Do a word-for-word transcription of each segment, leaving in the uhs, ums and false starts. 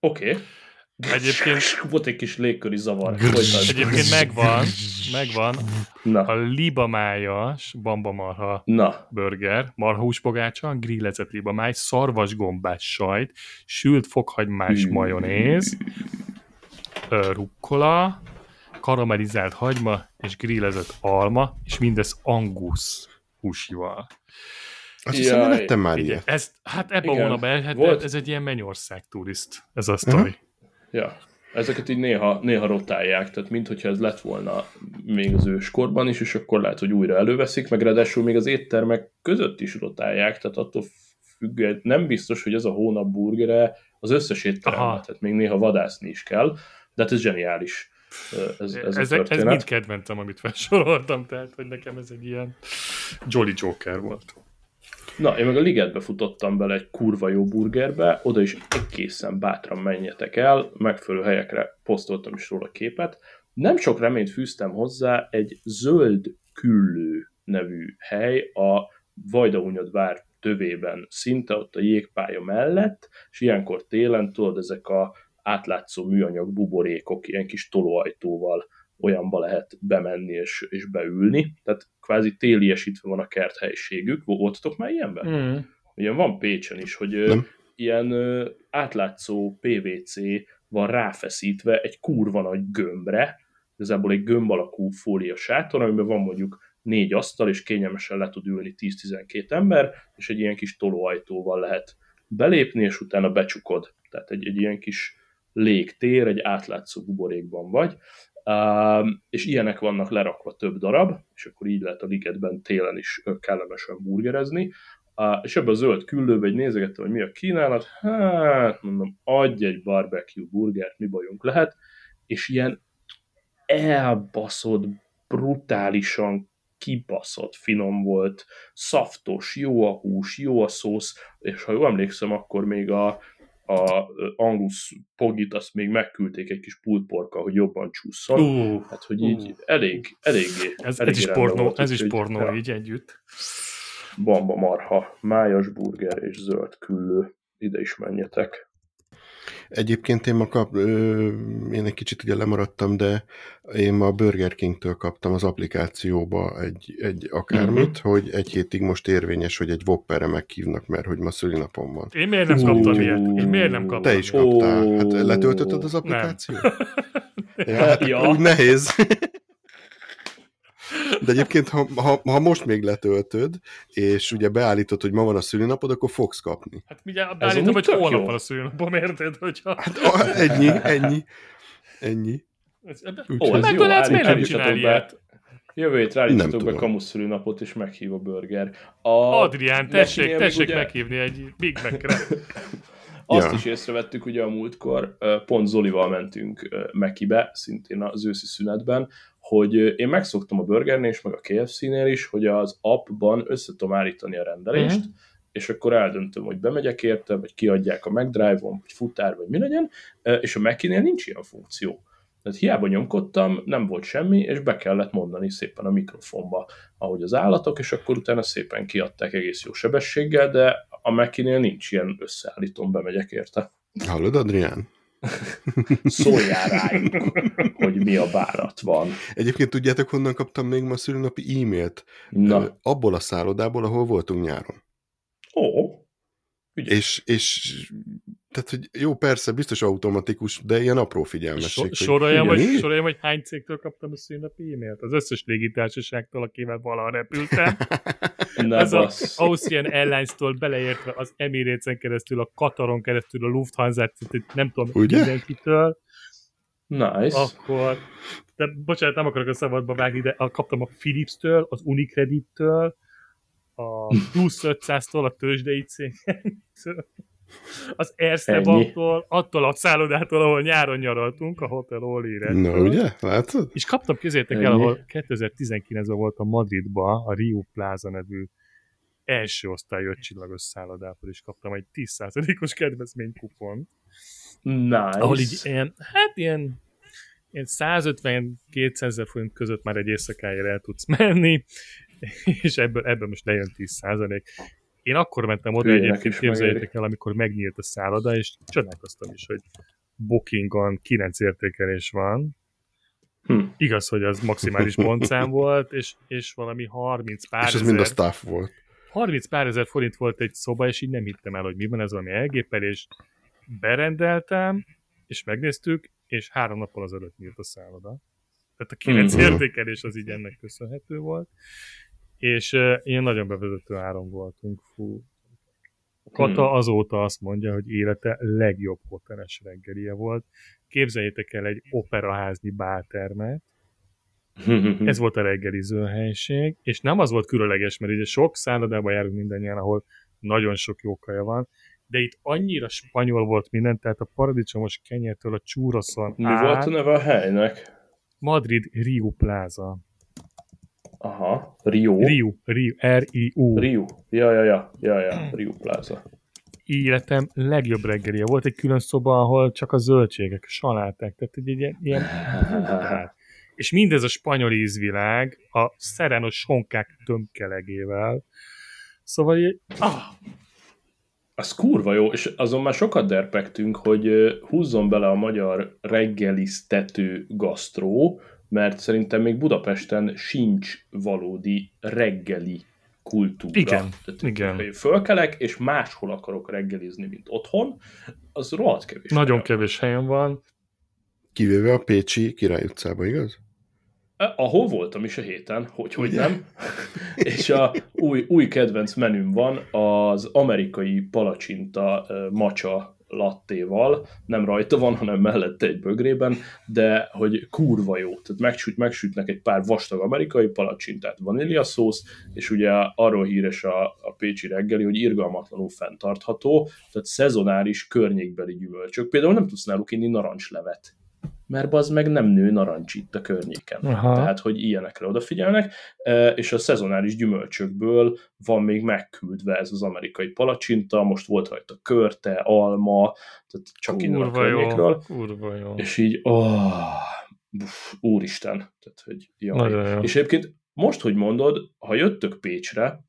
Oké. Okay. Egyébként volt egy kis légköri zavar. Egyébként megvan, megvan Na. a libamájas bambamarha Na. burger, marhahúspogácsa, grillezett libamáj, szarvasgombás sajt, sült fokhagymás majonéz, rukkola, karamellizált hagyma és grillezett alma, és mindez angus húsival. Azt hiszem, hogy lettem már ilyet. Ez, hát ebben a hónapban, hát volt... ez egy ilyen mennyország turiszt, ez a sztori. Uh-huh. Ja, ezeket így néha, néha rotálják, tehát minthogyha ez lett volna még az őskorban is, és akkor lehet, hogy újra előveszik, meg ráadásul még az éttermek között is rotálják, tehát attól függően nem biztos, hogy ez a hónap burgere az összes étteremben, tehát még néha vadászni is kell, de hát ez zseniális. Ez, ez, ez, ez mind kedvencem, amit felsoroltam, tehát hogy nekem ez egy ilyen Jolly Joker volt. Na, én meg a Ligetbe futottam bele egy kurva jó burgerbe, oda is egészen bátran menjetek el, megfelelő helyekre posztoltam is róla képet. Nem sok reményt fűztem hozzá, egy Zöld Küllő nevű hely a Vajdahunyad vár tövében, szinte ott a jégpálya mellett, és ilyenkor télen, tudod, ezek a átlátszó műanyag buborékok, ilyen kis tolóajtóval olyanba lehet bemenni és, és beülni. Tehát kvázi téliesítve van a kerthelyiségük. Voltatok már ilyenben? Mm. Ilyen van Pécsen is, hogy Nem. ilyen ö, átlátszó pé vé cé van ráfeszítve egy kurva nagy gömbre, igazából egy gömb alakú fólia sátor, amiben van mondjuk négy asztal, és kényelmesen le tud ülni tíz-tizenkét ember, és egy ilyen kis tolóajtóval lehet belépni, és utána becsukod. Tehát egy, egy ilyen kis légtér, egy átlátszó buborékban vagy, Uh, és ilyenek vannak lerakva több darab, és akkor így lehet a Ligetben télen is kellemesen burgerezni, uh, és ebben a Zöld Küllőben egy nézegettem, hogy mi a kínálat, hát mondom, adj egy barbecue burgert, mi bajunk lehet, és ilyen elbaszott, brutálisan kibaszott finom volt, szaftos, jó a hús, jó a szósz, és ha jól emlékszem, akkor még a a Angus Pogit, azt még megküldték egy kis pultporka, hogy jobban csúszson. Uh, hát, hogy így uh. elég, eléggé. Ez, elég ez is pornó, volt, ez is hogy, pornó ja. így együtt. Bamba marha, májas burger és Zöld Küllő. Ide is menjetek. Egyébként én ma kap, ö, én egy kicsit ugye lemaradtam, de én ma a Burger King-től kaptam az applikációba egy, egy akármit, uh-huh. hogy egy hétig most érvényes, hogy egy Whopperre meghívnak, mert hogy ma szülinapom van. Én miért nem uh, kaptam ilyet? Én miért nem kaptam? Te is kaptál. Uh, hát letöltötted az applikációt? Ja, hát ja. Úgy nehéz. De egyébként, ha, ha, ha most még letöltöd, és ugye beállítod, hogy ma van a szülinapod, akkor fogsz kapni. Hát mindjárt beállítom, hogy holnap van a szülinapom, érted? Hogyha... Hát a, ennyi, ennyi, ennyi. Ez, Ó, ez jó, miért nem csinál ilyet? Jövő hét ráállítsatok be Kamusz szülinapot, és meghív a burger. A... Adrián, tessék, tessék ugye... meghívni egy Big Mac-re. Azt ja. is észrevettük ugye a múltkor, pont Zolival mentünk Mekibe, szintén az őszi szünetben, hogy én megszoktam a burgernél és meg a ké ef cé-nél is, hogy az appban össze tudom állítani a rendelést, uh-huh. és akkor eldöntöm, hogy bemegyek érte, vagy kiadják a McDrive-on, vagy futár, vagy mi legyen, és a Mekinél nincs ilyen funkció. Tehát hiába nyomkodtam, nem volt semmi, és be kellett mondani szépen a mikrofonba, ahogy az állatok, és akkor utána szépen kiadták egész jó sebességgel, de a Mekinél nincs ilyen összeállítom, bemegyek érte. Hallod, Adrián? Szóljál rájuk, hogy mi a bárat van. Egyébként tudjátok, honnan kaptam még ma szülinapi e-mailt? Na. Abból a szállodából, ahol voltunk nyáron. Ó, és, és tehát, hogy jó, persze, biztos automatikus, de ilyen apró figyelmesség. So, soroljam, hogy, soroljam, hogy hány cégtől kaptam a szülinapi e-mailt? Az összes légitársaságtól, akivel valaha repültem. Az az Austrian Airlines-tól beleértve az Emirates-en keresztül, a Qataron keresztül, a Lufthansa-t, nem tudom, ugye? Mindenkitől. Nice. Akkor, de bocsánat, nem akarok a szabadba vágni, de kaptam a Philips-től, az Unicredit-től, a plusz ötszáztól, a tőzsdei cégektől, az Erste Banktól, attól a szállodától, ahol nyáron nyaraltunk, a Hotel All-Irettől. Na, ugye? Látod? És kaptam, közétek el, ahol kétezer-tizenkilencben voltam Madridban, a Rio Plaza nevű első osztály ötcsillagos szállodától, és kaptam egy tíz százalékos kedvezménykupont. Nice. Ahol így ilyen, hát ilyen, ilyen százötven-kétszázezer forint között már egy éjszakáért el tudsz menni, és ebből, ebből most lejön tíz százalék. Én akkor mentem oda Hülyének egyébként, is képzeljétek megéri. el, amikor megnyílt a szálloda, és csodálkoztam is, hogy Bookingon kilenc értékelés van. Hm. Igaz, hogy az maximális pontszám volt, és, és valami harminc pár És ez ezer, mind a staff volt. harminc pár ezer forint volt egy szoba, és így nem hittem el, hogy mi van, ez valami elgépelés. Berendeltem, és megnéztük, és három nappal azelőtt nyílt a szálloda. Tehát a kilenc Mhm. értékelés az így ennek köszönhető volt. És uh, ilyen nagyon bevezető áron voltunk. Fú. Kata Hmm. azóta azt mondja, hogy élete legjobb hoteles reggelie volt. Képzeljétek el egy operaházni báltermet. Ez volt a reggeliző helység, és nem az volt különleges, mert ugye sok szállodában járunk mindannyian, ahol nagyon sok jó kaja van, de itt annyira spanyol volt minden, tehát a paradicsomos kenyértől a churroson Mi át, volt a neve a helynek? Madrid Riu Plaza. Aha, Rio. Riu, Riu, R I U. Rio. Ja, ja, ja, ja, ja, Rio Plaza. Életem legjobb reggelie. Volt egy külön szoba, ahol csak a zöldségek, a saláták, tehát egy, egy ilyen brutál. És mindez a spanyol ízvilág, a szerenos sonkák tömkelegével. Szóval így, ah, Az kurva jó, és azon már sokat derpegtünk, hogy ö, húzzon bele a magyar reggeliztető gasztró, mert szerintem még Budapesten sincs valódi reggeli kultúra. Igen, Tehát, igen. Ha én fölkelek, és máshol akarok reggelizni, mint otthon, az rohadt kevés. nagyon helyen. kevés helyen van. Kivéve a Pécsi Király utcába, igaz? Eh, Ahol voltam is a héten, hogy, hogy Ugye? nem. És a új, új kedvenc menüm van az amerikai palacsinta uh, matcha lattéval, nem rajta van, hanem mellette egy bögrében, de hogy kurva jó. Tehát megsüt, megsütnek egy pár vastag amerikai palacsintát, vaníliaszósz, és ugye arról híres a, a pécsi reggeli, hogy irgalmatlanul fenntartható, tehát szezonáris környékbeli gyümölcsök. Például nem tudsz náluk inni narancslevet, mert az meg nem nő narancs itt a környéken. Aha. Tehát, hogy ilyenekre odafigyelnek, és a szezonáris gyümölcsökből van még megküldve ez az amerikai palacsinta, most volt rajta körte, alma, tehát csak innen a Kurva jó, környékről, kurva jó. és így, oh, uff, úristen, tehát, hogy jaj. Nagyon jó. És egyébként most, hogy mondod, ha jöttök Pécsre,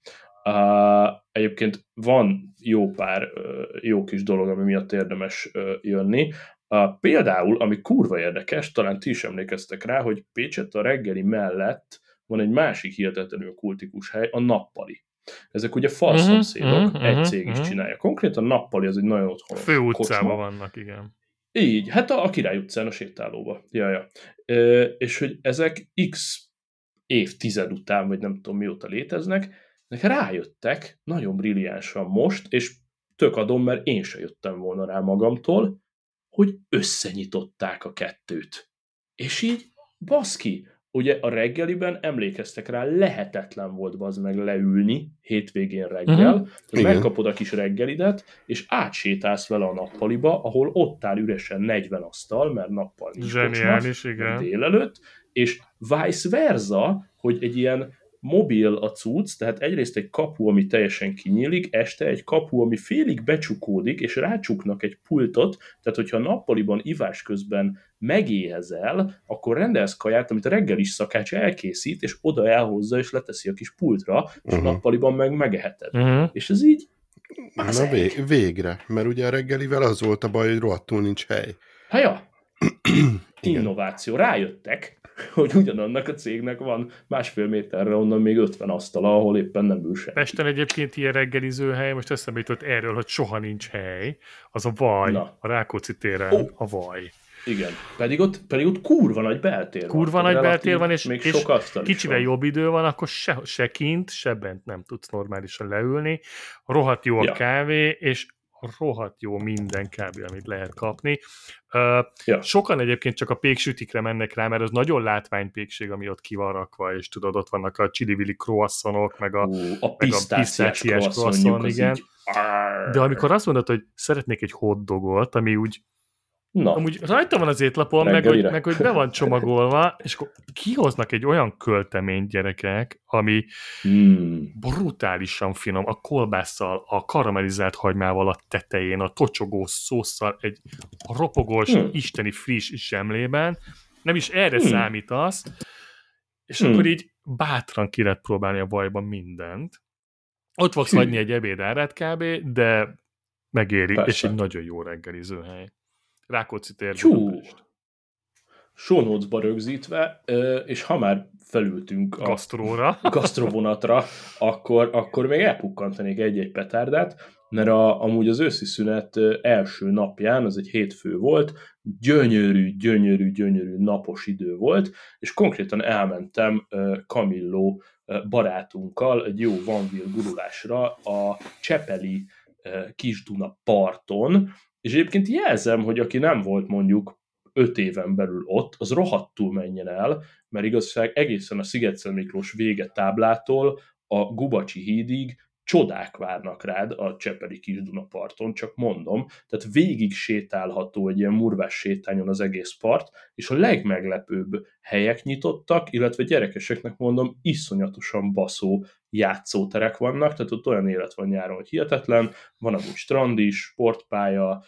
uh, egyébként van jó pár uh, jó kis dolog, ami miatt érdemes uh, jönni. Uh, például, ami kurva érdekes, talán ti is emlékeztek rá, hogy Pécset a reggeli mellett van egy másik hihetetlenül kultikus hely, a Nappali. Ezek ugye falszomszédok, uh-huh, egy uh-huh, cég is uh-huh. csinálja. Konkrétan a Nappali az egy nagyon otthonos Fő utcában kocsma. vannak, igen. Így, hát a, a Király utcán, a sétálóba. Ja, ja. E, és hogy ezek x évtized után, vagy nem tudom mióta léteznek, ezek rájöttek nagyon brilliánsan most, és tök adom, mert én se jöttem volna rá magamtól, hogy összenyitották a kettőt. És így, baszki, ugye a reggeliben emlékeztek rá, lehetetlen volt bazd meg leülni hétvégén reggel, Mhm. tehát megkapod a kis reggelidet, és átsétálsz vele a nappaliba, ahol ott áll üresen negyven asztal, mert nappal nincs Zseniális, kocsma, igen. meg délelőtt, és vice versa, hogy egy ilyen mobil a cucc, tehát egyrészt egy kapu, ami teljesen kinyílik, este egy kapu, ami félig becsukódik, és rácsuknak egy pultot, tehát hogyha nappaliban ivás közben megéhezel, akkor rendelsz kaját, amit a reggelis szakács elkészít, és oda elhozza, és leteszi a kis pultra, és Uh-huh. nappaliban meg megeheted. Uh-huh. És ez így, Na vég, végre, mert ugye a reggelivel az volt a baj, hogy rohadtul nincs hely. hát ja, Igen. innováció. Rájöttek, hogy ugyanannak a cégnek van másfél méterre onnan még ötven asztala, ahol éppen nem ül senki. Pesten egyébként ilyen reggeliző hely, most eszembe jutott erről, hogy soha nincs hely, az a Vaj, Na. a Rákóczi téren, Ó. a Vaj. Igen, pedig ott, pedig ott kurva nagy beltér van. Kurva Tehát nagy beltér relatív, van, és, még és sok asztal is kicsivel van. jobb idő van, akkor se, se kint, se bent nem tudsz normálisan leülni. Rohadt jó a Ja. kávé, és rohadt jó minden kb. Amit lehet kapni. Uh, Ja. Sokan egyébként csak a péksütikre mennek rá, mert az nagyon látványpékség, ami ott ki van rakva, és tudod, ott vannak a chili-vili croissonok, meg a, Ú, a meg a pisztáciás pisztáciás croissantjuk, croissant, az igen. így... Arr. De amikor azt mondod, hogy szeretnék egy hotdogot, ami úgy Na, amúgy rajta van az étlapon, meg hogy, Reggelire. meg hogy be van csomagolva, és akkor kihoznak egy olyan költeményt, gyerekek, ami hmm. brutálisan finom, a kolbásszal, a karamellizált hagymával a tetején, a tocsogó szósszal, egy ropogós, Hmm. isteni friss zsemlében, nem is erre Hmm. számítasz, és Hmm. akkor így bátran ki lehet próbálni a Vajban mindent. Ott fogsz hagyni egy ebéd árát kb., de megéri, Persze. és egy nagyon jó reggelizőhely. Rákóczi tér, Csú! Budapest. Show notes-ba rögzítve, és ha már felültünk a Gasztróra. gasztrovonatra, akkor, akkor még elpukkantanék egy-egy petárdát, mert a, amúgy az őszi szünet első napján, az egy hétfő volt, gyönyörű, gyönyörű, gyönyörű napos idő volt, és konkrétan elmentem Camillo barátunkkal egy jó vanvil gurulásra a Csepeli Kis-Duna parton, és egyébként jelzem, hogy aki nem volt mondjuk öt éven belül ott, az rohadtul menjen el, mert igazság egészen a Sziget-Szent Miklós vége táblától a Gubacsi hídig csodák várnak rád a Csepeli Kis-Duna parton, csak mondom, tehát végig sétálható egy ilyen murvás sétányon az egész part, és a legmeglepőbb helyek nyitottak, illetve gyerekeseknek mondom, iszonyatosan baszó játszóterek vannak, tehát ott olyan élet van nyáron, hogy hihetetlen, van amúgy strand is, sportpálya,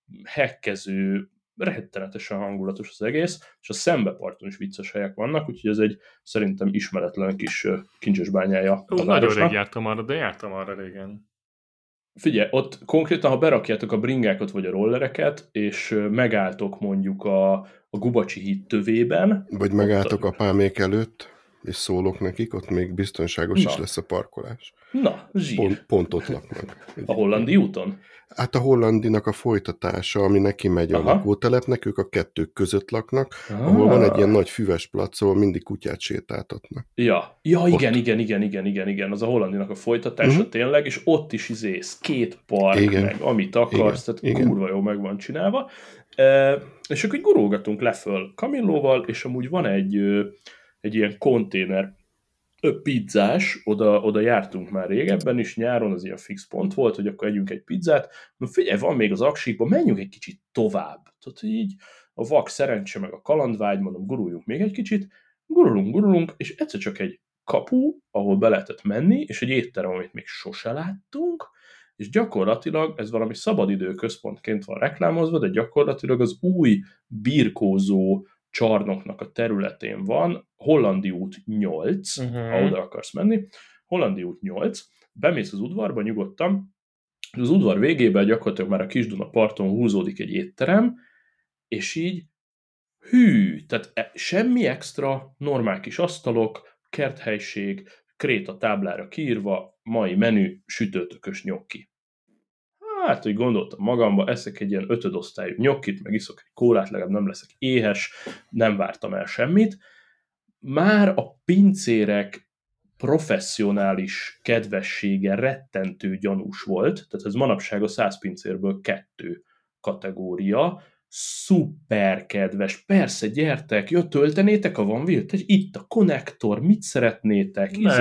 hekkező, rettenetesen hangulatos az egész, és a szembeparton is vicces helyek vannak, úgyhogy ez egy szerintem ismeretlen kis kincsesbányája. Ó, nagyon rég jártam arra, de jártam arra régen. Figyelj, ott konkrétan, ha berakjátok a bringákat vagy a rollereket, és megálltok mondjuk a, a Gubacsi híd tövében. Vagy megálltok a pámék előtt, és szólok nekik, ott még biztonságos Na. is lesz a parkolás. Na, zsír. Pont, pont ott laknak. A Hollandi úton? Hát a Hollandinak a folytatása, ami neki megy a lakótelepnek, ők a kettők között laknak, ah. ahol van egy ilyen nagy füves plac, ahol mindig kutyát sétáltatnak. Ja, ja igen, igen, igen, igen, igen, igen, az a Hollandinak a folytatása uh-huh. tényleg, és ott is izé skatepark, igen. meg amit akarsz, igen. tehát igen. kurva jó meg van csinálva. E, és akkor így gurulgatunk le föl Camillóval, és amúgy van egy, egy ilyen konténer pizzás, oda, oda jártunk már régebben is, nyáron az ilyen fix pont volt, hogy akkor együnk egy pizzát, no figyelj, van még az Aksikban, menjünk egy kicsit tovább. Tehát így a vak szerencse meg a kalandvágy, mondom, guruljunk még egy kicsit, gurulunk, gurulunk, és egyszer csak egy kapu, ahol be lehetett menni, és egy étterem, amit még sose láttunk, és gyakorlatilag ez valami szabadidő központként van reklámozva, de gyakorlatilag az új birkózó csarnoknak a területén van, Hollandi út nyolc, uh-huh. ha oda akarsz menni, Hollandi út nyolc, bemész az udvarba nyugodtan, és az udvar végében gyakorlatilag már a Kis-Duna parton húzódik egy étterem, és így hű, tehát semmi extra, normál kis asztalok, kerthelyiség, kréta táblára kiírva, mai menü, sütőtökös nyokki. Hát, hogy gondoltam magamba, eszek egy ilyen ötödosztályú nyokkit, meg iszok egy kólát, legalább nem leszek éhes, nem vártam el semmit. Már a pincérek professzionális kedvessége rettentő gyanús volt, tehát ez manapság a száz pincérből kettő kategória, szuper kedves, persze, gyertek, jó, töltenétek a vanvilt? Itt a konnektor, mit szeretnétek? Ne,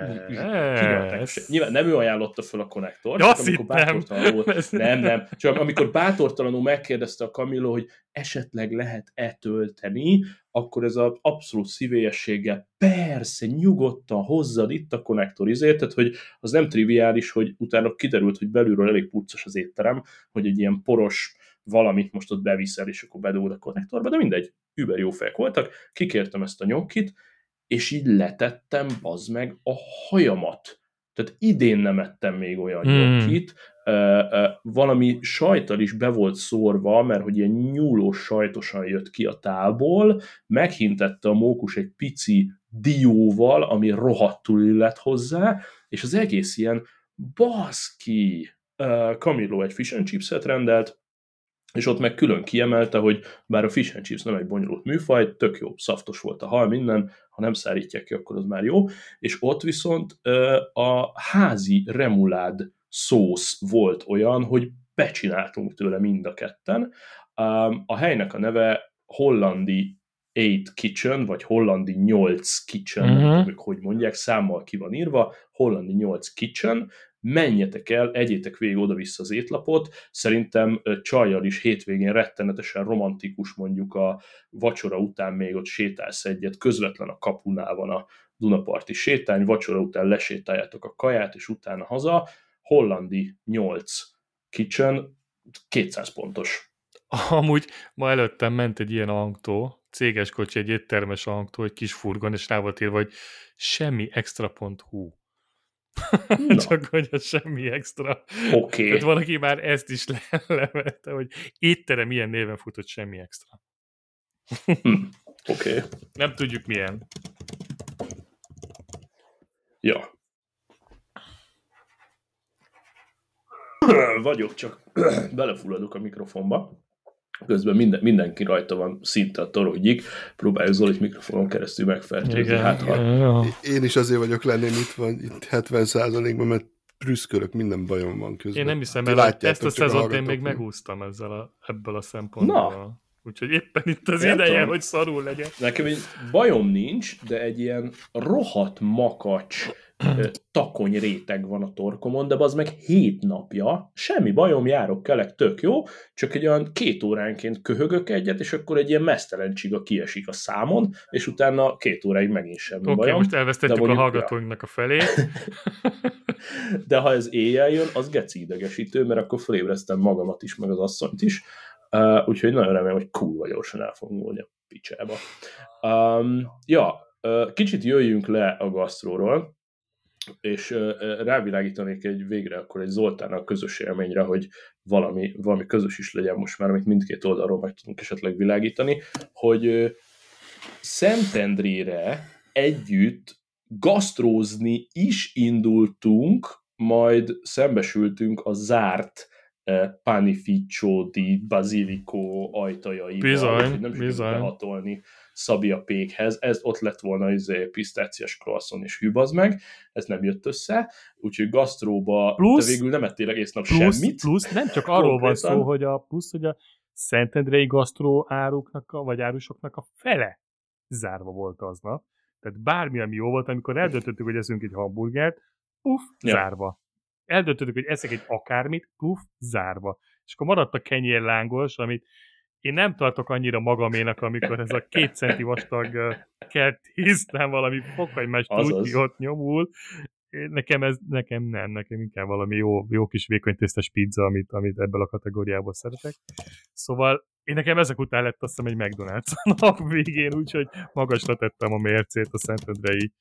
Izé, nyilván nem ő ajánlotta fel a konnektort, csak amikor bátortalanul, nem, nem, csak amikor bátortalanul megkérdezte a Camillo, hogy esetleg lehet-e tölteni, akkor ez az abszolút szívélyességgel, persze, nyugodtan hozzad itt a konnektor izét, tehát hogy az nem triviális, hogy utána kiderült, hogy belülről elég puccos az étterem, hogy egy ilyen poros valamit most ott beviszel, és akkor bedugod a konnektorba, de mindegy, über jó fejek voltak, kikértem ezt a nyokkit, és így letettem, bazd meg, a hajamat. Tehát idén nem ettem még olyan hmm. nyokkit, uh, uh, valami sajttal is be volt szórva, mert hogy ilyen nyúlós sajtosan jött ki a tálból, meghintette a mókus egy pici dióval, ami rohadtul illett hozzá, és az egész ilyen baszki, uh, Camillo egy fish and chipset rendelt, és ott meg külön kiemelte, hogy bár a fish and chips nem egy bonyolult műfaj, tök jó, szaftos volt a hal, minden, ha nem szárítják ki, akkor az már jó, és ott viszont a házi remulád szósz volt olyan, hogy becsináltunk tőle mind a ketten. A helynek a neve Hollandi nyolc Kitchen, vagy Hollandi nyolc Kitchen, uh-huh. nem tudom, hogy mondják, számmal ki van írva, Hollandi nyolc Kitchen, menjetek el, egyétek végig oda-vissza az étlapot, szerintem csajjal is hétvégén rettenetesen romantikus, mondjuk a vacsora után még ott sétálsz egyet, közvetlen a kapunál van a Dunaparti sétány, vacsora után lesétáljátok a kaját, és utána haza, Hollandi nyolc Kitchen, kétszáz pontos. Amúgy ma előttem ment egy ilyen autó, céges kocsi, egy éttermes autó, egy kis furgon, és rá volt írva, hogy semmi extra pont hu. Csak hogy az semmi extra. Oké. Okay. Tehát valaki már ezt is le- levelte, hogy étterem milyen néven futott, semmi extra. Hm. Oké. Okay. Nem tudjuk milyen. Ja. Vagyok, csak belefulladok a mikrofonba. Közben minden, mindenki rajta van szinte a toronyig. Próbáljuk Zolit mikrofonon keresztül megfertőzni. Hát, ha... Én is azért vagyok lenném itt van, itt hetven százalékban, mert prüszkölök, minden bajom van közben. Én nem hiszem el, hogy ezt a szezont én még megúsztam ezzel a, ebből a szempontból. Na. Úgyhogy éppen itt az nem ideje, tudom, hogy szarul legyen. Nekem egy bajom nincs, de egy ilyen rohadt makacs takony réteg van a torkomon, de az meg hét napja, semmi bajom, járok, kelek, tök jó, csak egy olyan két óránként köhögök egyet, és akkor egy ilyen mesztelen csiga kiesik a számon, és utána két óráig megint semmi okay, bajom. Oké, most elvesztettük mondjuk, a hallgatóinknak a felét. De ha ez éjjel jön, az geci idegesítő, mert akkor felébreztem magamat is, meg az asszonyt is. Uh, úgyhogy nagyon remélem, hogy kurva gyorsan el fogunk múlni a picsába. Um, ja, uh, kicsit jöjjünk le a gasztróról, és uh, rávilágítanék egy végre akkor egy Zoltánnal közös élményre, hogy valami, valami közös is legyen most már, amit mindkét oldalról meg tudunk esetleg világítani, hogy uh, Szentendrére együtt gasztrózni is indultunk, majd szembesültünk a zárt Panificio di Basilico ajtajaival. Bizony, nem bizony. behatolni Szabi a pékhez. Ez ott lett volna az pisztáciás croissant és hűbaz meg. Ez nem jött össze. Úgyhogy gasztróba plusz, te végül nem ettél egész nap plusz, semmit. Plusz nem csak arról van szó, hogy a plusz, hogy a szentendrei gasztró áruknak, a, vagy árusoknak a fele zárva volt aznap. Tehát bármi, ami jó volt, amikor eldöntöttük, hogy eszünk egy hamburgert, puff, ja. zárva. Eldöntöttük, hogy eszek egy akármit, puff, zárva. És akkor maradt a kenyérlángos, amit én nem tartok annyira magaménak, amikor ez a két centi vastag uh, kertésztán valami fokhagymás tuti ott nyomul. Nekem ez, nekem nem, nekem inkább valami jó, jó kis vékonytésztes pizza, amit, amit ebből a kategóriából szeretek. Szóval én nekem ezek után lett azt hiszem egy McDonald's a nap végén, úgyhogy magasra tettem a mércét a szentendrei.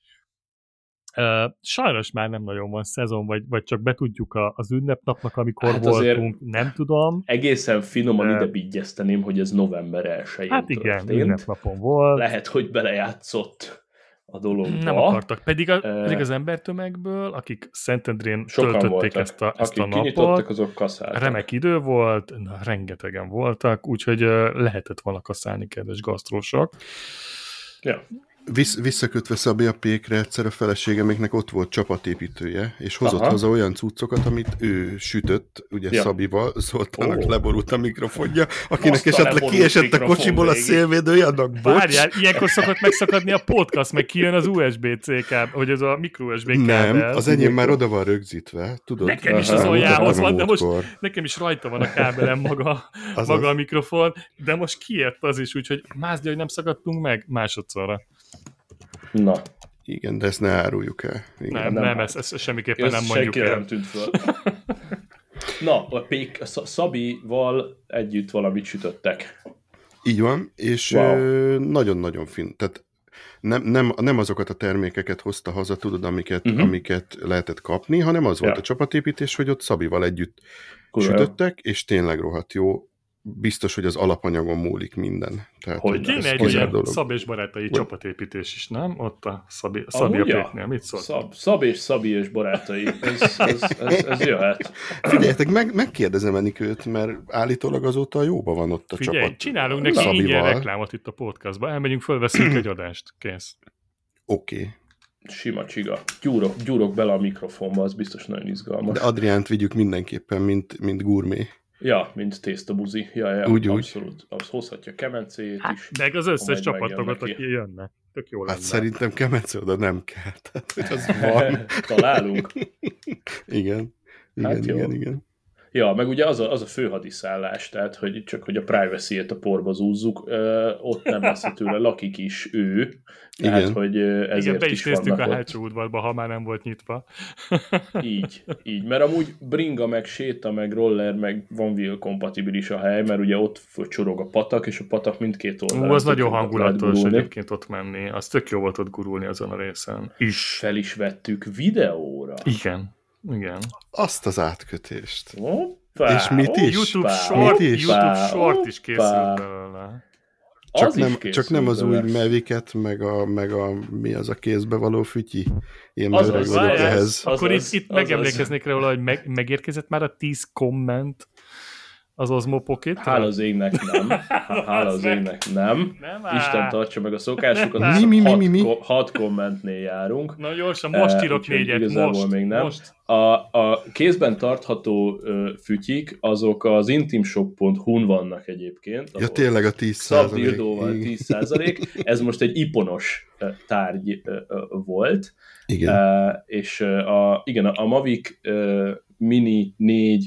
Uh, sajnos már nem nagyon van szezon, vagy, vagy csak betudjuk a, az ünnepnapnak, amikor hát voltunk, nem tudom. Egészen finoman uh, ide bigyezteném, hogy ez november elsején hát igen, történt. Ünnepnapon volt. Lehet, hogy belejátszott a dologba. Nem akartak. Pedig, a, uh, pedig az embertömegből, akik Szentendrén töltötték voltak. ezt a, ezt akik a napot, kinyitottak, azok kaszáltak. Remek idő volt, na, rengetegen voltak, úgyhogy uh, lehetett volna kaszálni, kedves gasztrósok. Ja. Vissz, visszakötve Szabi a pékre, egyszer a feleségemnek ott volt csapatépítője, és hozott Aha. haza olyan cuccokat, amit ő sütött, ugye ja. Szabival, Zoltának oh. leborult a mikrofonja, akinek azt esetleg kiesett a kocsiból végig. A szélvédője, annak bocs. Várjál, ilyenkor szokott megszakadni a podcast, meg kijön az u es bé cé kábel, vagy az a micro u es bé kábel. Nem, az enyém már oda van rögzítve, tudod? Nekem is az oljához van, de most nekem is rajta van a kábelem maga, maga a mikrofon, de most kijött az is, úgyhogy mászd, hogy nem szakadtunk meg másodszorra. Na. Igen, de ezt ne áruljuk el. Igen, nem, nem, nem ezt, ezt semmiképpen ezt nem mondjuk el. Nem tűnt föl. Na, a Pék, a Szabival együtt valamit sütöttek. Így van, és wow. nagyon-nagyon fin. Tehát nem, nem, nem azokat a termékeket hozta haza, tudod, amiket, uh-huh. amiket lehetett kapni, hanem az volt ja. a csapatépítés, hogy ott Szabival együtt Kurva sütöttek, jó. És tényleg rohadt jó. Biztos, hogy az alapanyagon múlik minden. Tehát, hogy kéne egy ilyen Szab és barátai vagy... csapatépítés is, nem? Ott a Szabi, Szabi a péknél. Mit szólt? Szab, Szab és Szabi és barátai. Ez, ez, ez, ez jöhet. Figyeljetek, meg, megkérdezem Enikőt, mert állítólag azóta jóban van ott a Figyelj, csapat. Csinálunk neki Szabival. Ingyen reklámot itt a podcastban. Elmegyünk, fölveszünk egy adást. Kész. Oké. Okay. Sima csiga. Gyúrok, gyúrok bele a mikrofonba, az biztos nagyon izgalmas. De Adriánt vigyük mindenképpen, mint, mint gurmé. Ja, mint tésztabuzi. Ja, ja, úgy, abszolút. Úgy. Az hozhatja kemencét hát, is. meg az összes csapatokat, aki jönne. Tök jó lenne. Hát szerintem kemence oda nem kell. Tehát, hogy az van. Találunk. igen. Igen, hát igen, igen. Ja, meg ugye az a, az a főhadiszállás, tehát hogy csak hogy a privacy-et a porba zúzzuk, ö, ott nem messze tőle lakik is ő, tehát Igen. hogy ö, ezért Igen, be is is néztük vannak a ott. hátsó udvarba, ha már nem volt nyitva. Így, így, mert amúgy bringa, meg séta, meg roller, meg van wheel kompatibilis a hely, mert ugye ott csorog a patak, és a patak mindkét oldalán. Ú, az nagyon tök jókat lehet hangulatos gurulni. egyébként ott menni. Az tök jó volt ott gurulni azon a részen. Is. Fel is vettük videóra. Igen. Igen. Azt az átkötést. Hoppá, És mit is? YouTube hoppá, short, mit is? YouTube short is hoppá. készült belőle. Csak Az is nem, készült csak nem az vele. új Mavic-et, meg a, meg a, mi az a kézbe való fütyi. Én Az öreg az, vagyok várjál. ehhez. Az Akkor az, itt, itt az megemlékeznék róla, hogy meg, megérkezett már a tíz komment az Osmo Pocket-re? Hála az égnek nem. Há- Hála az égnek nem. Nem Isten áll. tartsa meg a szokásukat, Nem. most Mi, mi, mi, hat, mi, mi? ko- hat kommentnél járunk. Na gyorsan, most Eh, írok úgyhogy négyet, igazából most, még nem. most. A, a kézben tartható ö, fütyik, azok az intimshop pont hu-n vannak egyébként. Ja, ahol tényleg a tíz százalék. szabdirdóval tíz százalék. Ez most egy iponos ö, tárgy ö, ö, volt. Igen. Uh, és uh, a, igen, a Mavic uh, Mini négy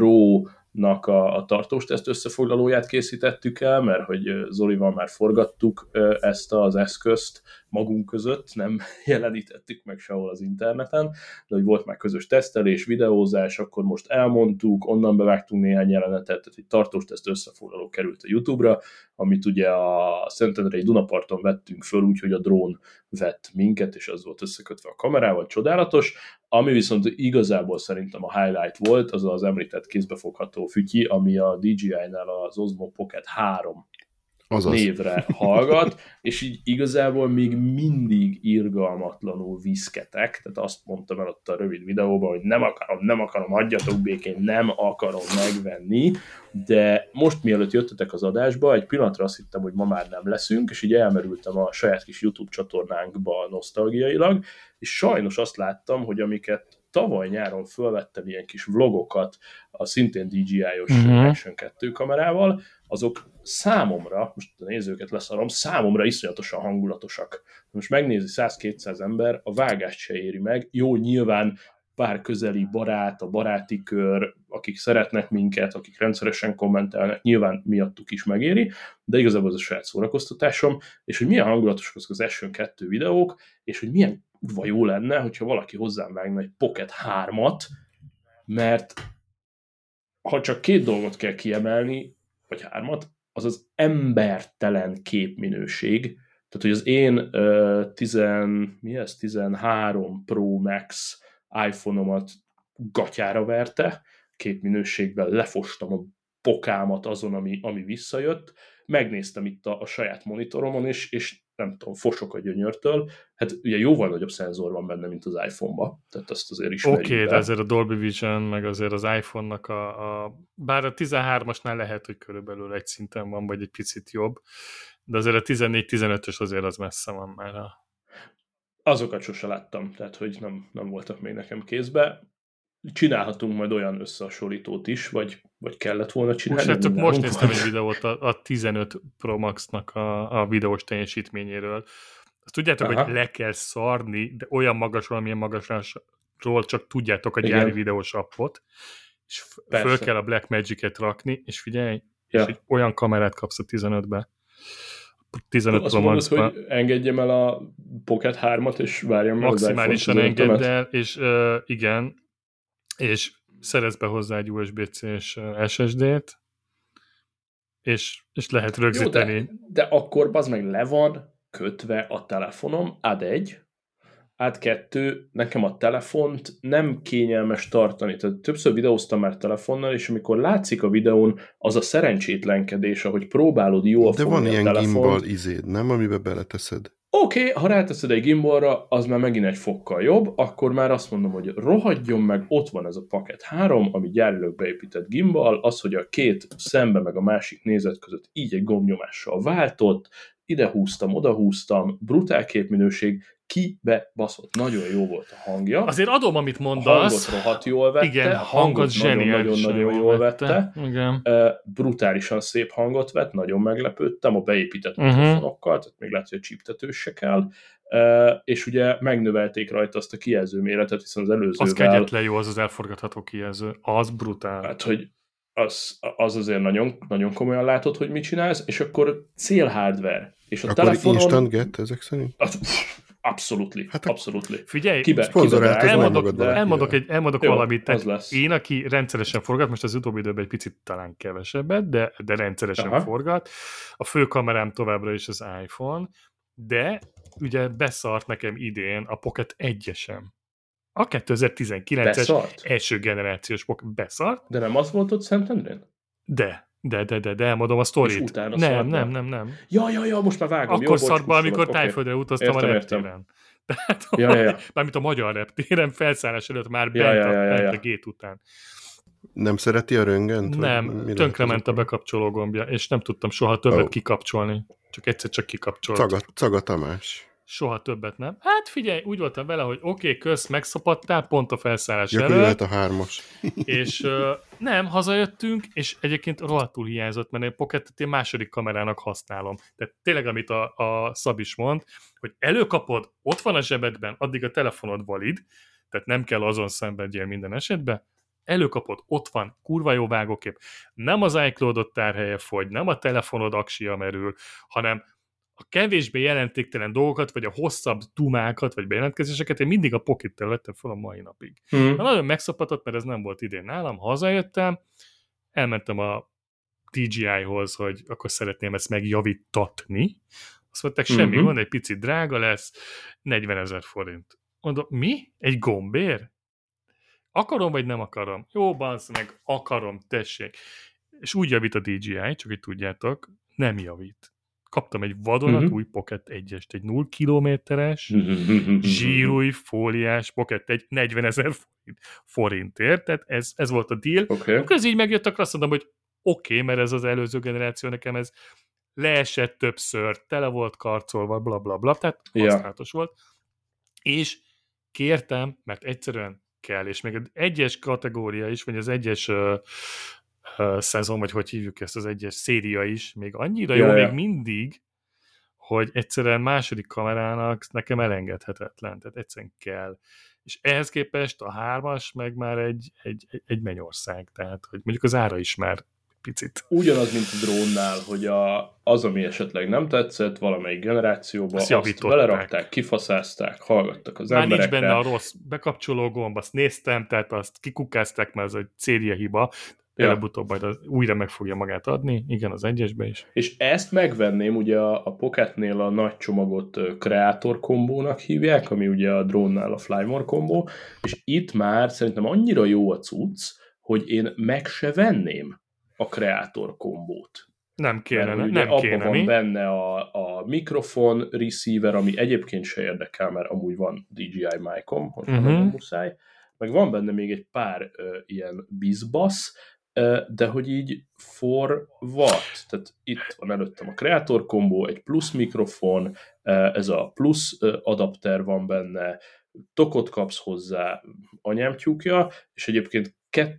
Pro-nak a, a tartósteszt összefoglalóját készítettük el, mert hogy uh, Zolival már forgattuk uh, ezt az eszközt magunk között, nem jelenítettük meg sehol az interneten, de hogy volt már közös tesztelés, videózás, akkor most elmondtuk, onnan bevágtunk néhány jelenetet, tehát egy tartósteszt összefoglaló került a YouTube-ra, amit ugye a Szentendrei Dunaparton vettünk föl, úgyhogy a drón vett minket, és az volt összekötve a kamerával, csodálatos. Ami viszont igazából szerintem a highlight volt, az az említett kézbefogható fütyi, ami a dé jé i-nál az Osmo Pocket három Azaz. névre hallgat, és így igazából még mindig irgalmatlanul viszketek, tehát azt mondtam el ott a rövid videóban, hogy nem akarom, nem akarom, hagyjatok békén, nem akarom megvenni, de most mielőtt jöttetek az adásba, egy pillanatra azt hittem, hogy ma már nem leszünk, és így elmerültem a saját kis YouTube csatornánkba nosztalgiailag, és sajnos azt láttam, hogy amiket tavaly nyáron fölvettem ilyen kis vlogokat a szintén dé jé i-os uh-huh. Action kettő kamerával, azok számomra, most a nézőket leszarom, számomra iszonyatosan hangulatosak. Most megnézi száz-kétszáz ember, a vágást se éri meg. Jó, nyilván pár közeli barát, a baráti kör, akik szeretnek minket, akik rendszeresen kommentelnek, nyilván miattuk is megéri, de igazából ez a saját szórakoztatásom, és hogy milyen hangulatosak azok az Action kettő videók, és hogy milyen kurva jó lenne, hogyha valaki hozzám vágna egy Pocket hármat, mert ha csak két dolgot kell kiemelni, vagy hármat, az az embertelen képminőség. Tehát, hogy az én uh, tizen, mi ez, tizenhárom Pro Max iPhone-omat gatyára verte, képminőségben lefostam a pokámat azon, ami, ami visszajött, megnéztem itt a, a saját monitoromon, és, és nem tudom, fosok a gyönyörtől. Hát ugye jóval nagyobb szenzor van benne, mint az iPhone-ba, tehát azt azért ismerjük. Oké, okay, de azért a Dolby Vision, meg azért az iPhone-nak a, a... Bár a tizenhármasnál lehet, hogy körülbelül egy szinten van, vagy egy picit jobb, de azért a tizennégy-tizenötös azért az messze van már. A... Azokat sose láttam, tehát hogy nem, nem voltak még nekem kézbe. Csinálhatunk majd olyan összehasonlítót is, vagy, vagy kellett volna csinálni. Most, csak most néztem egy videót a, a tizenöt Pro Max-nak a, a videós teljesítményéről. Azt tudjátok, aha, hogy le kell szarni, de olyan magasról, amilyen magasról csak tudjátok a gyári videós appot, és persze, föl kell a Blackmagic-et rakni, és figyelj, ja, és egy olyan kamerát kapsz a tizenötbe. tizenöt azt Pro mondod, Max-ba. hogy engedjem el a Pocket hármat, és várjam meg az maximálisan engedd el, és uh, igen, és szerez be hozzá egy u es bé cés es es dét, és, és lehet rögzíteni. Jó, de, de akkor az meg le van kötve a telefonom, ad egy, ad kettő, nekem a telefont nem kényelmes tartani. Tehát többször videóztam már telefonnal, és amikor látszik a videón az a szerencsétlenkedés, ahogy próbálod jól de fogni a telefont. De van ilyen gimbal izéd, nem? Amiben beleteszed. Oké, okay, ha ráteszed egy gimbalra, az már megint egy fokkal jobb, akkor már azt mondom, hogy rohadjon meg, ott van ez a Pocket három, ami gyárilag beépített gimbal, az, hogy a két szembe meg a másik nézet között így egy gombnyomással váltott, ide húztam, oda húztam, brutál képminőség, kibe baszott. Nagyon jó volt a hangja. Azért adom, amit mondasz. A hangot rohadt jól vette. Igen, a hangot nagyon-nagyon jól vette. vette. Igen. Brutálisan szép hangot vett, nagyon meglepődtem a beépített Uh-huh. mikrofonokkal, tehát még lehet, hogy a csíptetős se kell. Uh, és ugye megnövelték rajta azt a kijelző méretet, hiszen az előzővel... Az kegyetlen jó, az az elforgatható kijelző. Az brutál. Hát, hogy az, az azért nagyon, nagyon komolyan látod, hogy mit csinálsz, és akkor cél-hardware. És a akkor telefonon... instant get ezek szerint? Abszolutely. Hát abszolutely. Figyelj, kibe, szponzorált, kibe elmondok, elmondok, egy, elmondok jó, valamit. Tehát lesz. én, aki rendszeresen forgat, most az utóbbi időben egy picit talán kevesebbet, de, de rendszeresen Aha. forgat. A fő kamerám továbbra is az iPhone, de ugye beszart nekem idén a Pocket egyesem. A kétezer-tizenkilences beszart? első generációs Pocket beszart. De nem az volt ott Szentendrén? De. De, de, de, de elmondom a sztorit. Nem, nem, nem, nem. Ja, ja, ja, most már vágom. Akkor szart be, amikor okay. Tájföldre utaztam értem, a reptéren. Tehát, ja, ja, ja. Mármint a magyar reptéren, felszállás előtt már ja, bent, ja, ja, ja, a, ja. bent a gét után. Nem szereti a röngent? Nem, tönkrement a bekapcsoló gombja, és nem tudtam soha többet oh. kikapcsolni. Csak egyszer csak kikapcsolt. Caga, Caga Tamás. Soha többet nem. Hát figyelj, úgy voltam vele, hogy oké, okay, kösz, megszapadtál, pont a felszállás ja, előtt. lehet a hármas. És uh, nem, hazajöttünk, és egyébként rohadtul hiányzott, mert a Pocketet én második kamerának használom. Tehát tényleg, amit a, a Szab is mond, hogy előkapod, ott van a zsebedben, addig a telefonod valid, tehát nem kell azon szenvedjél minden esetben, előkapod, ott van, kurva jó vágókép. Nem az iCloud-ot tárhelye fogy, nem a telefonod aksia merül, hanem a kevésbé jelentéktelen dolgokat, vagy a hosszabb dumákat, vagy bejelentkezéseket én mindig a Pocket-tel vettem fel a mai napig. Hmm. Na, nagyon megszapadott, mert ez nem volt idén nálam, hazajöttem, elmentem a té gé í-hoz, hogy akkor szeretném ezt megjavítatni. Azt mondták, semmi hmm. gond, egy picit drága lesz, negyvenezer forint. Mondom, mi? Egy gombér? Akarom, vagy nem akarom? Jó, bansz meg, akarom, tessék. És úgy javít a té gé í, csak hogy tudjátok, nem javít. Kaptam egy vadonatúj uh-huh. Pocket egyest, egy nulla kilométeres, zsírúj, fóliás Pocket egy negyvenezer forintért, tehát ez, ez volt a deal. Okay. Akkor ez így megjött, akkor azt mondom, hogy oké, okay, mert ez az előző generáció, nekem ez leesett többször, tele volt karcolva, bla bla bla, tehát használatos yeah. volt. És kértem, mert egyszerűen kell, és még az egyes kategória is, vagy az egyes uh, uh, szezon, vagy hogy hívjuk ezt, az egyes széria is, még annyira ja, jó ja. még mindig, hogy egyszerűen második kamerának nekem elengedhetetlen, tehát egyszerűen kell. És ehhez képest a hármas meg már egy, egy, egy mennyország, tehát hogy mondjuk az ára is már picit. Ugyanaz, mint a drónnál, hogy a, az, ami esetleg nem tetszett valamelyik generációba, azt, azt belerakták, kifaszázták, hallgattak az már emberekre. Már nincs benne a rossz bekapcsoló gomb, azt néztem, tehát azt kikukázták, mert ez egy széria hiba, ja. előbb-utóbb majd az újra meg fogja magát adni, igen, az egyesbe is. És ezt megvenném, ugye a, a Pocketnél a nagy csomagot Creator kombónak hívják, ami ugye a drónnál a Flymore kombó, és itt már szerintem annyira jó a cucc, hogy én meg se venném a Creator kombót. Nem kéne, mert nem abban kéne, van mi? benne a, a mikrofon receiver, ami egyébként se érdekel, mert amúgy van dé jé í mic-om, hogy uh-huh. nem muszáj, meg van benne még egy pár uh, ilyen bizbasz, uh, de hogy így for what? Tehát itt van előttem a Creator kombó, egy plusz mikrofon, uh, ez a plusz uh, adapter van benne, tokot kapsz hozzá, anyám tyúkja, és egyébként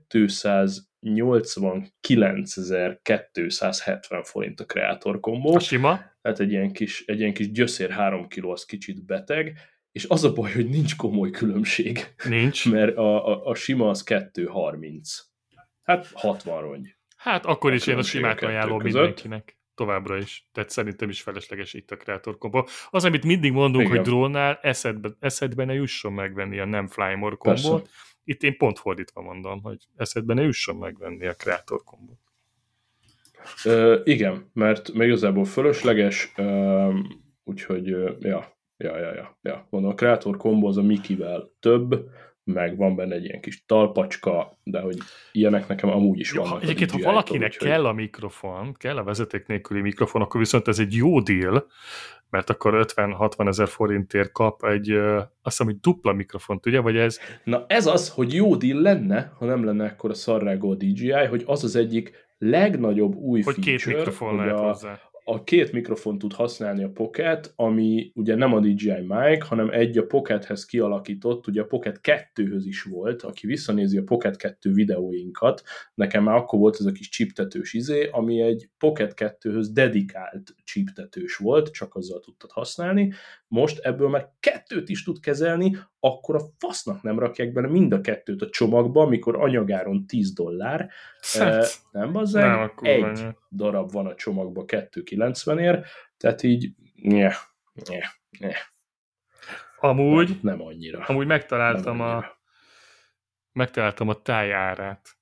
kétszáznyolcvankilencezer-kétszázhetven forint a Creator kombó. A sima? Tehát egy ilyen kis, egy ilyen kis gyöszér három kiló, az kicsit beteg, és az a baj, hogy nincs komoly különbség. Nincs. Mert a, a, a sima az kettő harminc. Hát hatvan rongy. Hát akkor a is én a simát ajánlom mindenkinek. Továbbra is. Tehát szerintem is felesleges itt a Creator kombó. Az, amit mindig mondunk, igen. hogy drónnál eszedbe, eszedbe ne jusson megvenni a nem Flymore kombót. Itt én pont fordítva mondom, hogy eszedbe ne jusson megvenni a Creator kombót. Uh, igen, mert még igazából fölösleges, uh, úgyhogy uh, ja, ja, ja, ja, ja. Mondom, a Creator kombó az a Mikivel több, meg van benne egy ilyen kis talpacska, de hogy ilyenek nekem amúgy is jó, vannak. Egyébként, ha valakinek úgy, kell a mikrofon, kell a vezeték nélküli mikrofon, akkor viszont ez egy jó deal, mert akkor ötven-hatvan ezer forintért kap egy, azt hiszem, hogy dupla mikrofont, ugye? Vagy ez... Na ez az, hogy jó deal lenne, ha nem lenne akkor a szarrágó a dé jé í, hogy az az egyik legnagyobb új hogy feature, két mikrofon hogy lehet a, hozzá. a két mikrofon tud használni a Pocket, ami ugye nem a dé jé i mic, hanem egy a Pockethez kialakított, ugye a Pocket kettőhöz is volt, aki visszanézi a Pocket kettő videóinkat, nekem már akkor volt ez a kis chiptetős izé, ami egy Pocket kettőhöz dedikált chiptetős volt, csak azzal tudtad használni, most ebből már kettőt is tud kezelni, akkor a fasznak nem rakják bele mind a kettőt a csomagba, amikor anyagáron tíz dollár, e, nem bazzeg, Nem, egy van. darab van a csomagba kettő kilencvenért, tehát így nye, nye, nye. Amúgy, nem, nem annyira. amúgy megtaláltam, nem a, megtaláltam a tájárát.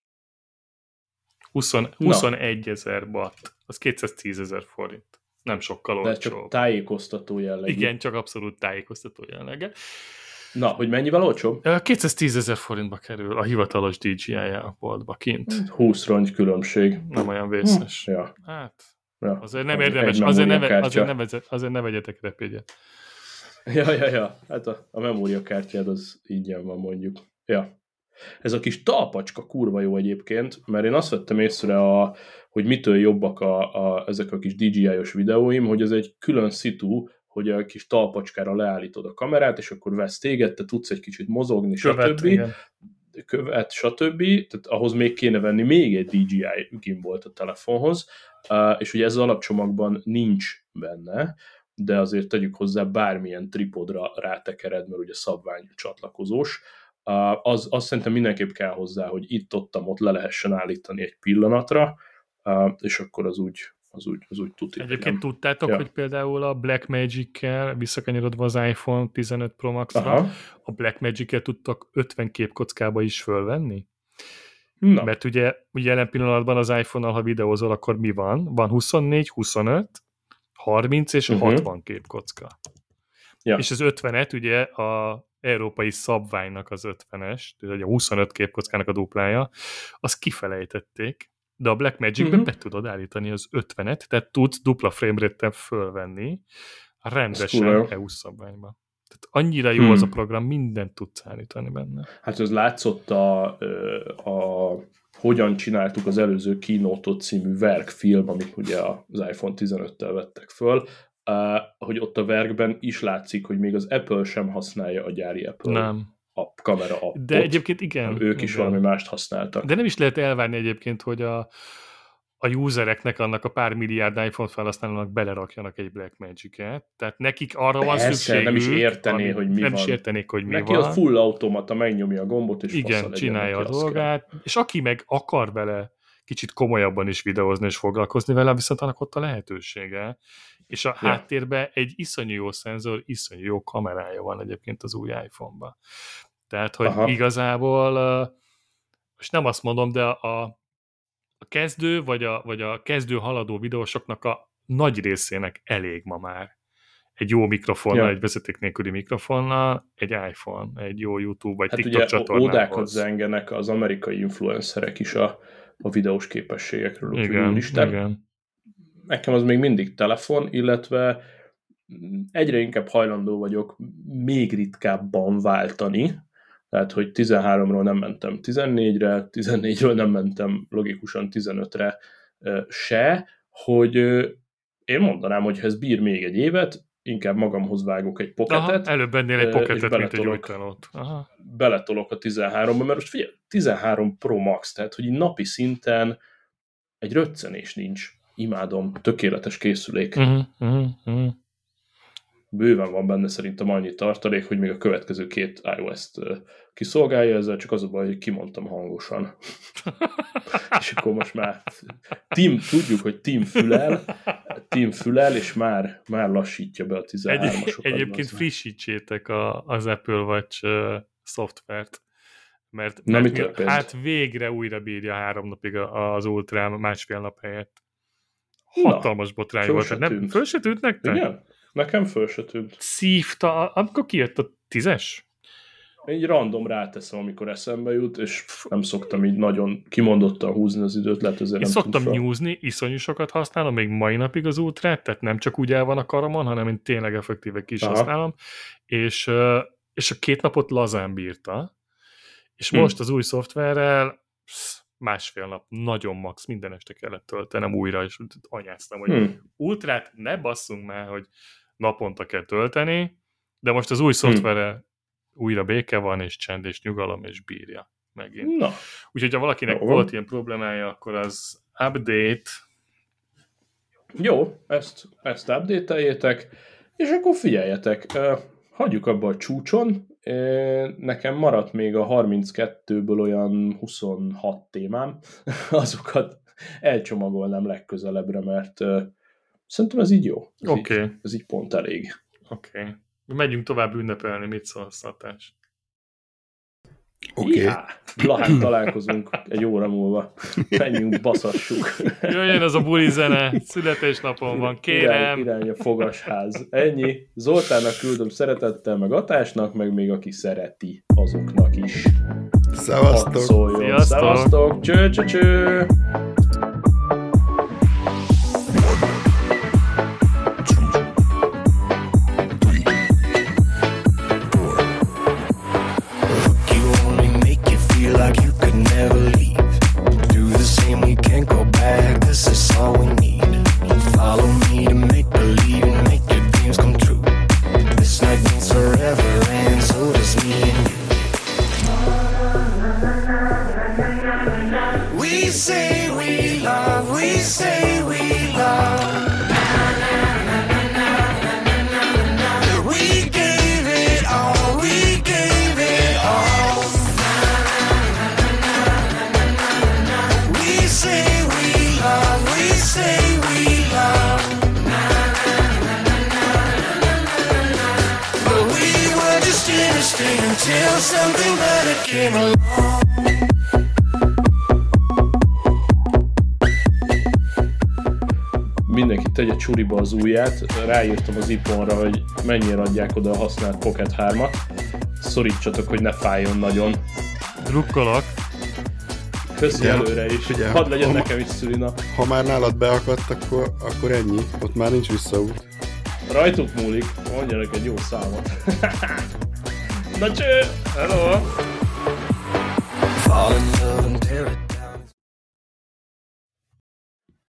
huszonegy ezer baht. Az kétszáztízezer forint. Nem sokkal olcsó. De csak tájékoztató jellegű. Igen, csak abszolút tájékoztató jellege. Na, hogy mennyivel olcsóbb? kétszáztízezer forintba kerül a hivatalos dé jé i a boltba kint. húsz rongy különbség. Nem olyan vészes. Ja. Hát, Ja. azért nem érdemes, azért ne, azért, ne vezet, azért ne vegyetek repégyet. Ja, ja, ja. Hát a, a memóriakártyád az így van, mondjuk. Ja. Ez a kis talpacska kurva jó egyébként, mert én azt vettem észre, a, hogy mitől jobbak a, a, ezek a kis dé jé i-os videóim, hogy ez egy külön szitu, hogy a kis talpacskára leállítod a kamerát, és akkor vesz téged, te tudsz egy kicsit mozogni, Követ, stb. Igen. Követ, stb. Tehát ahhoz még kéne venni még egy dé jé i gimbalt a telefonhoz, és ugye ez az alapcsomagban nincs benne, de azért tegyük hozzá, bármilyen tripodra rátekered, mert ugye szabvány csatlakozós. Az, azt szerintem mindenképp kell hozzá, hogy itt-ottam ott le lehessen állítani egy pillanatra, és akkor az úgy, az úgy, az úgy tuti. Egyébként legyen. tudtátok, Ja. hogy például a Blackmagic-kel, visszakanyarodva az iPhone tizenöt Pro Max-ra, Aha. a Blackmagic-kel tudtak ötven képkockába is fölvenni? Na. Mert ugye, ugye jelen pillanatban az iPhone-nal, ha videózol, akkor mi van? Van huszonnégy, huszonöt, harminc és Uh-huh. hatvan képkocka. Ja. És az ötvenet ugye a európai szabványnak az ötvenes, tehát a huszonöt képkockának a duplája, azt kifelejtették, de a Blackmagicben uh-huh. be tudod állítani az ötvenet, tehát tudsz dupla framerate-tel fölvenni a rendesen é u szabványba. Tehát annyira jó hmm. az a program, mindent tudsz állítani benne. Hát ez látszott a, a Hogyan csináltuk az előző Keynote-ot című verkfilm, amit ugye az iPhone tizenöttel vettek föl, hogy ott a verkben is látszik, hogy még az Apple sem használja a gyári Apple nem. app, kamera appot. De egyébként igen. Ők is igen. valami mást használtak. De nem is lehet elvárni egyébként, hogy a, a usereknek, annak a pár milliárd iPhone felhasználónak belerakjanak egy Blackmagic-et. Tehát nekik arra Persze, van szükségük. nem is értené, hogy mi nem van. Nem is értenék, hogy mi neki van. Neki az full automata, megnyomja a gombot, és igen, csinálja a dolgát. És aki meg akar vele kicsit komolyabban is videózni és foglalkozni vele, viszont annak ott a lehetősége. És a ja. háttérben egy iszonyú jó szenzor, iszonyú jó kamerája van egyébként az új iPhone-ban. Tehát, hogy Aha. igazából, most nem azt mondom, de a, a kezdő, vagy a, vagy a kezdő haladó videósoknak a nagy részének elég ma már. Egy jó mikrofonnal, ja. egy vezeték nélküli mikrofonnal, egy iPhone, egy jó YouTube, vagy hát TikTok csatornához. Hát ugye ódákat zengenek az amerikai influencerek is a, a videós képességekről. Igen, Isten. igen. Nekem az még mindig telefon, illetve egyre inkább hajlandó vagyok még ritkábban váltani, tehát, hogy tizenháromról nem mentem tizennégyre, tizennégyről nem mentem logikusan tizenötre se, hogy én mondanám, hogy ha ez bír még egy évet, inkább magamhoz vágok egy pocketet. Aha, előbb bennél egy pocketet, mint egy új tanót. Beletolok a tizenháromba, mert most figyelj, tizenhárom Pro Max, tehát, hogy napi szinten egy röccenés nincs. Imádom, tökéletes készülék. Uh-huh, uh-huh, uh-huh. Bőven van benne szerintem annyi tartalék, hogy még a következő két iOS-t kiszolgálja, ezzel csak az a baj, hogy kimondtam hangosan. És akkor most már Tim, tudjuk, hogy Tim fülel, Tim fülel, és már, már lassítja be a tizenhármasokat. Egy, egyébként frissítsétek a, az Apple Watch uh, szoftvert, mert, mert mi, hát végre újra bírja három napig az Ultra másfél nap helyett. Hatalmas botrány volt. Se nem, föl se tűnt nektek? Igen, nekem föl se tűnt. Szívta, amikor kijött a tízes? Így random ráteszem, amikor eszembe jut, és nem szoktam így nagyon kimondottan húzni az időt, lehet ezért én nem szoktam nyúzni, iszonyú sokat használom, még mai napig az Ultrát, tehát nem csak úgy el van a karamon, hanem én tényleg effektíve ki is Aha. használom, és, és a két napot lazán bírta, és hm. most az új szoftverrel psz, másfél nap, nagyon max, minden este kellett töltenem újra, és anyáztam, hogy Hmm. ultrát ne basszunk már, hogy naponta kell tölteni, de most az új szoftverre hmm. újra béke van, és csend, és nyugalom, és bírja megint. Na. Úgyhogy ha valakinek Jó. volt ilyen problémája, akkor az update. Jó, ezt, ezt update-eljétek, és akkor figyeljetek, uh, hagyjuk abba a csúcson, uh, nekem maradt még a harminckettőből olyan huszonhat témám, azokat elcsomagolnám legközelebbre, mert uh, szerintem ez így jó. Ez, Oké. így, ez így pont elég. Oké. Okay. Megyünk tovább ünnepelni, mit szólsz, Szatás? Oké. Okay. Ja, Lahán találkozunk egy óra múlva. Menjünk, baszassuk. Jöjjön az a buli zene, születésnapon van, kérem. Irány, irány a fogasház. Ennyi. Zoltánnak küldöm szeretettel, meg Atásnak, meg még aki szereti, azoknak is. Szevasztok! Szóljon. Szevasztok! Cső, cső, cső! Until something better came along. Mindenki tegye csuriba az ujját, ráírtam az iponra, hogy mennyire adják oda a használt Pocket hármat. Szorítsatok, hogy ne fájjon nagyon. Drukkolok. Köszi Figyel, előre is. figyel, Hadd legyen ha, nekem is szülina. Ha már nálad beakadt, akkor, akkor ennyi. Ott már nincs visszaút. Rajtuk múlik, mondjanak egy jó számot. Na cső! Hello! Falling